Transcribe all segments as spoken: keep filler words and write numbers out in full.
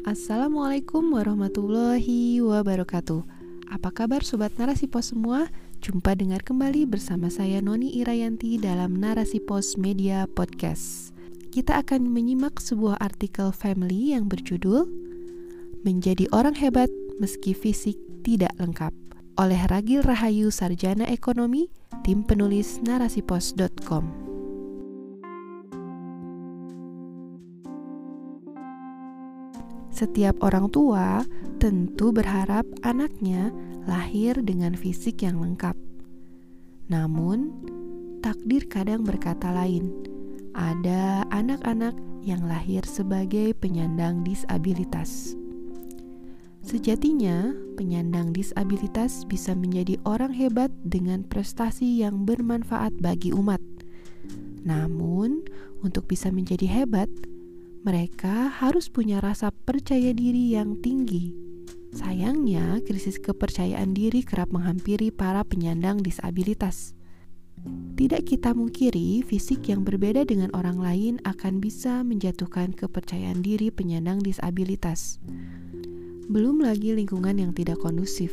Assalamualaikum warahmatullahi wabarakatuh. Apa kabar Sobat Narasi Pos semua? Jumpa dengar kembali bersama saya Noni Irayanti dalam Narasi Pos Media Podcast. Kita akan menyimak sebuah artikel Family yang berjudul Menjadi Orang Hebat Meski Fisik Tidak Lengkap oleh Ragil Rahayu Sarjana Ekonomi, tim penulis narasipos dot com. Setiap orang tua tentu berharap anaknya lahir dengan fisik yang lengkap. Namun, takdir kadang berkata lain. Ada anak-anak yang lahir sebagai penyandang disabilitas. Sejatinya, penyandang disabilitas bisa menjadi orang hebat dengan prestasi yang bermanfaat bagi umat. Namun, untuk bisa menjadi hebat, mereka harus punya rasa percaya diri yang tinggi. Sayangnya, krisis kepercayaan diri kerap menghampiri para penyandang disabilitas. Tidak kita mungkiri, fisik yang berbeda dengan orang lain akan bisa menjatuhkan kepercayaan diri penyandang disabilitas. Belum lagi lingkungan yang tidak kondusif.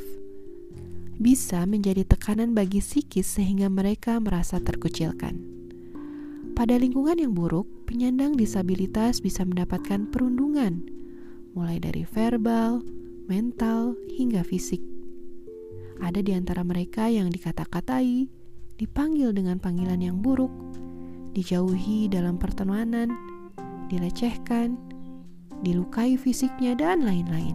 Bisa menjadi tekanan bagi psikis sehingga mereka merasa terkucilkan. Pada lingkungan yang buruk, penyandang disabilitas bisa mendapatkan perundungan, mulai dari verbal, mental, hingga fisik. Ada di antara mereka yang dikata-katai, dipanggil dengan panggilan yang buruk, dijauhi dalam pertemanan, dilecehkan, dilukai fisiknya, dan lain-lain.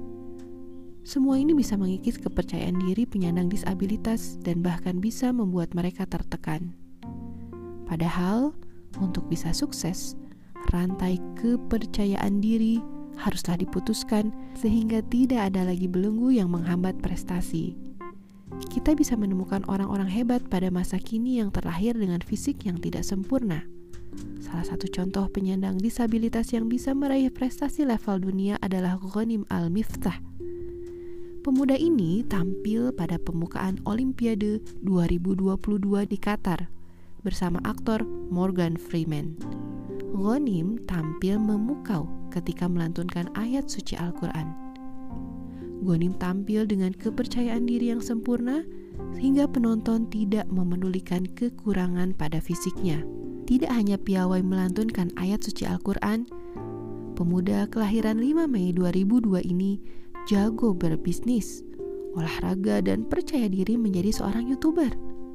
Semua ini bisa mengikis kepercayaan diri penyandang disabilitas dan bahkan bisa membuat mereka tertekan. Padahal, untuk bisa sukses, rantai kepercayaan diri haruslah diputuskan sehingga tidak ada lagi belenggu yang menghambat prestasi. Kita bisa menemukan orang-orang hebat pada masa kini yang terlahir dengan fisik yang tidak sempurna. Salah satu contoh penyandang disabilitas yang bisa meraih prestasi level dunia adalah Ghanim Al-Miftah. Pemuda ini tampil pada pembukaan Olimpiade dua ribu dua puluh dua di Qatar bersama aktor Morgan Freeman. Ghanim tampil memukau ketika melantunkan ayat suci Al-Quran. Ghanim tampil dengan kepercayaan diri yang sempurna sehingga penonton tidak memedulikan kekurangan pada fisiknya. Tidak hanya piawai melantunkan ayat suci Al-Quran, pemuda kelahiran lima Mei dua ribu dua ini jago berbisnis, olahraga, dan percaya diri menjadi seorang YouTuber.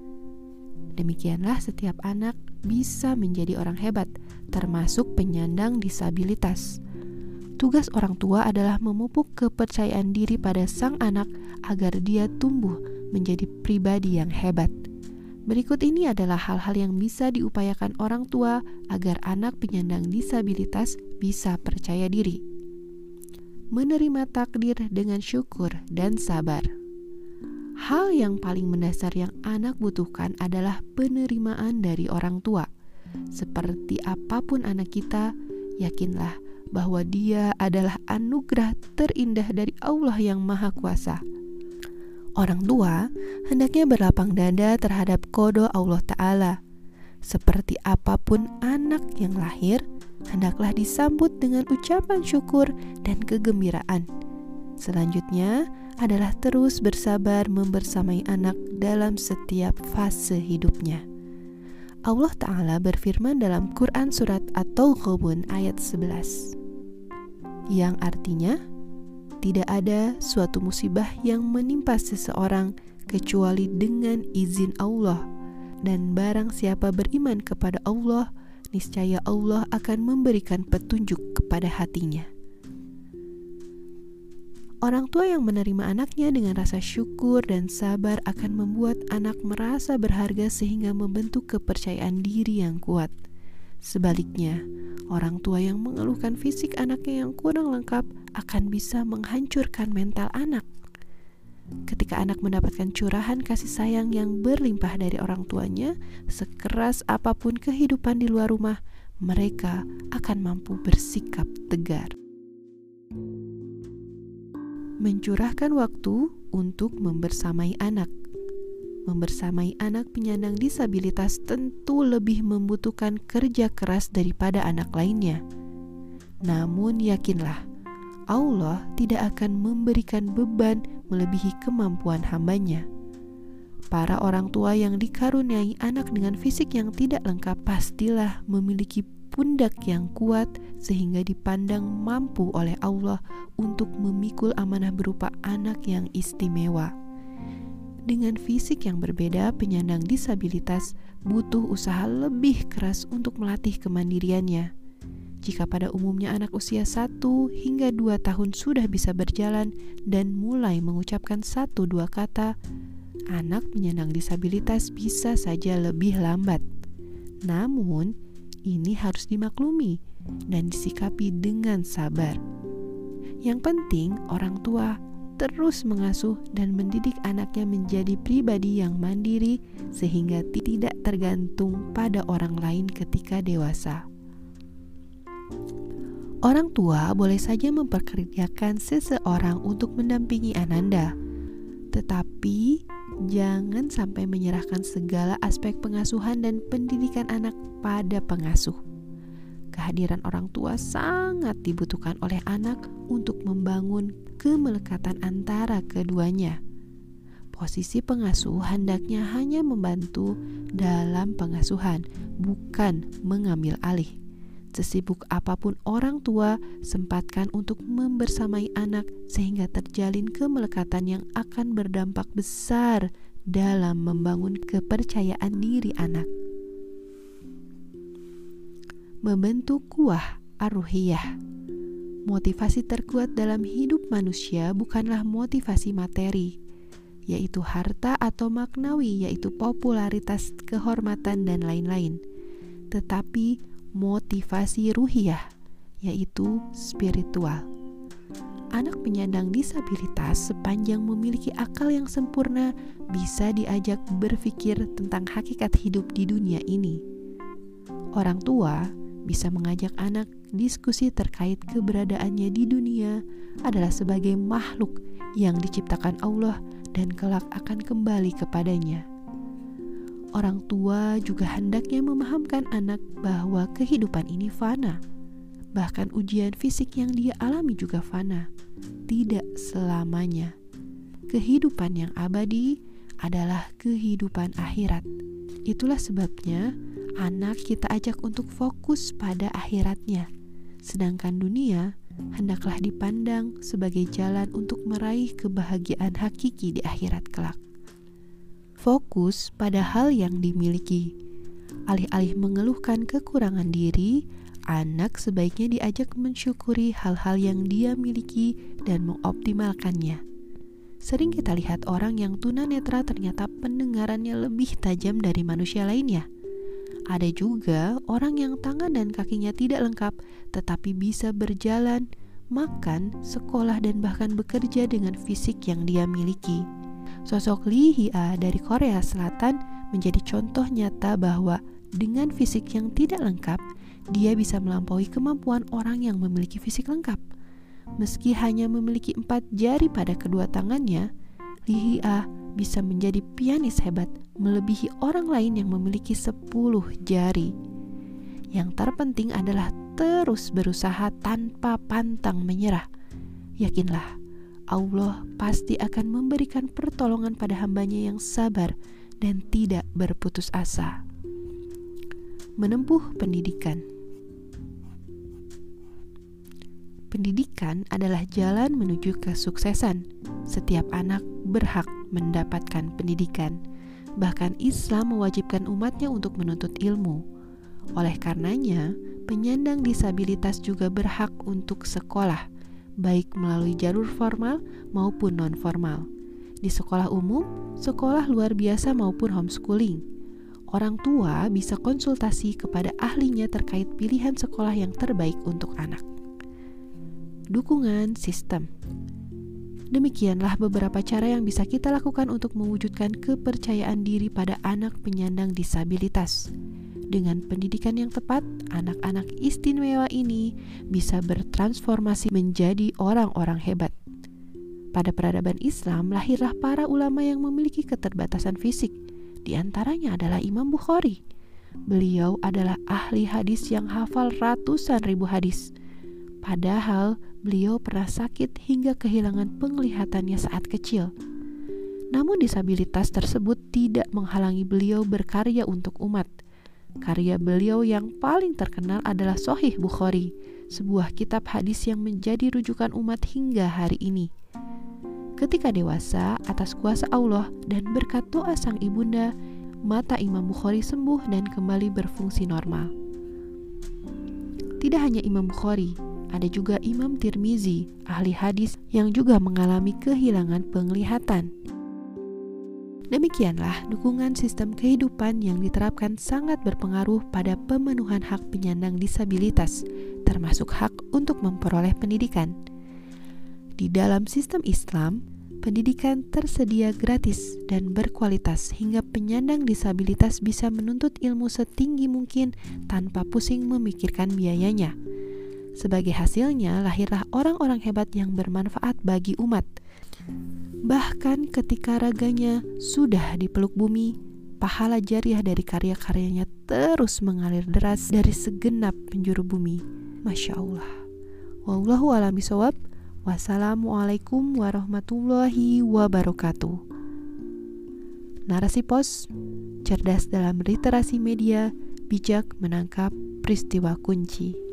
Demikianlah setiap anak bisa menjadi orang hebat, termasuk penyandang disabilitas. Tugas orang tua adalah memupuk kepercayaan diri pada sang anak agar dia tumbuh menjadi pribadi yang hebat. Berikut ini adalah hal-hal yang bisa diupayakan orang tua agar anak penyandang disabilitas bisa percaya diri. Menerima takdir dengan syukur dan sabar. Hal yang paling mendasar yang anak butuhkan adalah penerimaan dari orang tua. Seperti apapun anak kita, yakinlah bahwa dia adalah anugerah terindah dari Allah yang Maha Kuasa. Orang tua hendaknya berlapang dada terhadap qada Allah Ta'ala. Seperti apapun anak yang lahir, hendaklah disambut dengan ucapan syukur dan kegembiraan. Selanjutnya adalah terus bersabar membersamai anak dalam setiap fase hidupnya. Allah Ta'ala berfirman dalam Quran Surat At-Taghabun ayat sebelas, yang artinya, tidak ada suatu musibah yang menimpa seseorang kecuali dengan izin Allah, dan barang siapa beriman kepada Allah, niscaya Allah akan memberikan petunjuk kepada hatinya. Orang tua yang menerima anaknya dengan rasa syukur dan sabar akan membuat anak merasa berharga sehingga membentuk kepercayaan diri yang kuat. Sebaliknya, orang tua yang mengeluhkan fisik anaknya yang kurang lengkap akan bisa menghancurkan mental anak. Ketika anak mendapatkan curahan kasih sayang yang berlimpah dari orang tuanya, sekeras apapun kehidupan di luar rumah, mereka akan mampu bersikap tegar. Mencurahkan waktu untuk membersamai anak. Membersamai anak penyandang disabilitas tentu lebih membutuhkan kerja keras daripada anak lainnya. Namun yakinlah, Allah tidak akan memberikan beban melebihi kemampuan hambanya. Para orang tua yang dikaruniai anak dengan fisik yang tidak lengkap pastilah memiliki pundak yang kuat sehingga dipandang mampu oleh Allah untuk memikul amanah berupa anak yang istimewa. Dengan fisik yang berbeda, penyandang disabilitas butuh usaha lebih keras untuk melatih kemandiriannya. Jika pada umumnya anak usia satu hingga dua tahun sudah bisa berjalan dan mulai mengucapkan satu dua kata, anak penyandang disabilitas bisa saja lebih lambat. Namun, ini harus dimaklumi dan disikapi dengan sabar. Yang penting, orang tua terus mengasuh dan mendidik anaknya menjadi pribadi yang mandiri sehingga tidak tergantung pada orang lain ketika dewasa. Orang tua boleh saja mempekerjakan seseorang untuk mendampingi Ananda, tetapi jangan sampai menyerahkan segala aspek pengasuhan dan pendidikan anak pada pengasuh. Kehadiran orang tua sangat dibutuhkan oleh anak untuk membangun kemelekatan antara keduanya. Posisi pengasuh hendaknya hanya membantu dalam pengasuhan, bukan mengambil alih. Sesibuk apapun orang tua, sempatkan untuk membersamai anak sehingga terjalin kemelekatan yang akan berdampak besar dalam membangun kepercayaan diri anak. Membentuk kuah ar-ruhiyah. Motivasi terkuat dalam hidup manusia bukanlah motivasi materi, yaitu harta atau maknawi, yaitu popularitas, kehormatan, dan lain-lain, tetapi motivasi ruhiyah, yaitu spiritual. Anak penyandang disabilitas sepanjang memiliki akal yang sempurna bisa diajak berpikir tentang hakikat hidup di dunia ini. Orang tua bisa mengajak anak diskusi terkait keberadaannya di dunia adalah sebagai makhluk yang diciptakan Allah dan kelak akan kembali kepadanya. Orang tua juga hendaknya memahamkan anak bahwa kehidupan ini fana. Bahkan ujian fisik yang dia alami juga fana, tidak selamanya. Kehidupan yang abadi adalah kehidupan akhirat. Itulah sebabnya anak kita ajak untuk fokus pada akhiratnya. Sedangkan dunia hendaklah dipandang sebagai jalan untuk meraih kebahagiaan hakiki di akhirat kelak. Fokus pada hal yang dimiliki. Alih-alih mengeluhkan kekurangan diri, anak sebaiknya diajak mensyukuri hal-hal yang dia miliki dan mengoptimalkannya. Sering kita lihat orang yang tunanetra ternyata pendengarannya lebih tajam dari manusia lainnya. Ada juga orang yang tangan dan kakinya tidak lengkap tetapi bisa berjalan, makan, sekolah, dan bahkan bekerja dengan fisik yang dia miliki. Sosok Lee Hee-ah dari Korea Selatan menjadi contoh nyata bahwa dengan fisik yang tidak lengkap, dia bisa melampaui kemampuan orang yang memiliki fisik lengkap. Meski hanya memiliki empat jari pada kedua tangannya, Lee Hee-ah bisa menjadi pianis hebat melebihi orang lain yang memiliki sepuluh jari. Yang terpenting adalah terus berusaha tanpa pantang menyerah. Yakinlah, Allah pasti akan memberikan pertolongan pada hambanya yang sabar dan tidak berputus asa. Menempuh pendidikan. Pendidikan adalah jalan menuju kesuksesan. Setiap anak berhak mendapatkan pendidikan. Bahkan Islam mewajibkan umatnya untuk menuntut ilmu. Oleh karenanya, penyandang disabilitas juga berhak untuk sekolah, baik melalui jalur formal maupun non-formal. Di sekolah umum, sekolah luar biasa maupun homeschooling. Orang tua bisa konsultasi kepada ahlinya terkait pilihan sekolah yang terbaik untuk anak. Dukungan sistem. Demikianlah beberapa cara yang bisa kita lakukan untuk mewujudkan kepercayaan diri pada anak penyandang disabilitas. Dengan pendidikan yang tepat, anak-anak istimewa ini bisa bertransformasi menjadi orang-orang hebat. Pada peradaban Islam, lahirlah para ulama yang memiliki keterbatasan fisik. Di antaranya adalah Imam Bukhari. Beliau adalah ahli hadis yang hafal ratusan ribu hadis. Padahal beliau pernah sakit hingga kehilangan penglihatannya saat kecil. Namun disabilitas tersebut tidak menghalangi beliau berkarya untuk umat. Karya beliau yang paling terkenal adalah Shahih Bukhari, sebuah kitab hadis yang menjadi rujukan umat hingga hari ini. Ketika dewasa, atas kuasa Allah dan berkat doa sang ibunda, mata Imam Bukhari sembuh dan kembali berfungsi normal. Tidak hanya Imam Bukhari, ada juga Imam Tirmizi, ahli hadis yang juga mengalami kehilangan penglihatan. Demikianlah dukungan sistem kehidupan yang diterapkan sangat berpengaruh pada pemenuhan hak penyandang disabilitas, termasuk hak untuk memperoleh pendidikan. Di dalam sistem Islam, pendidikan tersedia gratis dan berkualitas hingga penyandang disabilitas bisa menuntut ilmu setinggi mungkin tanpa pusing memikirkan biayanya. Sebagai hasilnya, lahirlah orang-orang hebat yang bermanfaat bagi umat. Bahkan ketika raganya sudah dipeluk bumi, pahala jariah dari karya-karyanya terus mengalir deras dari segenap penjuru bumi. Masya Allah. Wallahu a'lam bishawab. Wassalamualaikum warahmatullahi wabarakatuh. Narasi Pos, cerdas dalam literasi media, bijak menangkap peristiwa kunci.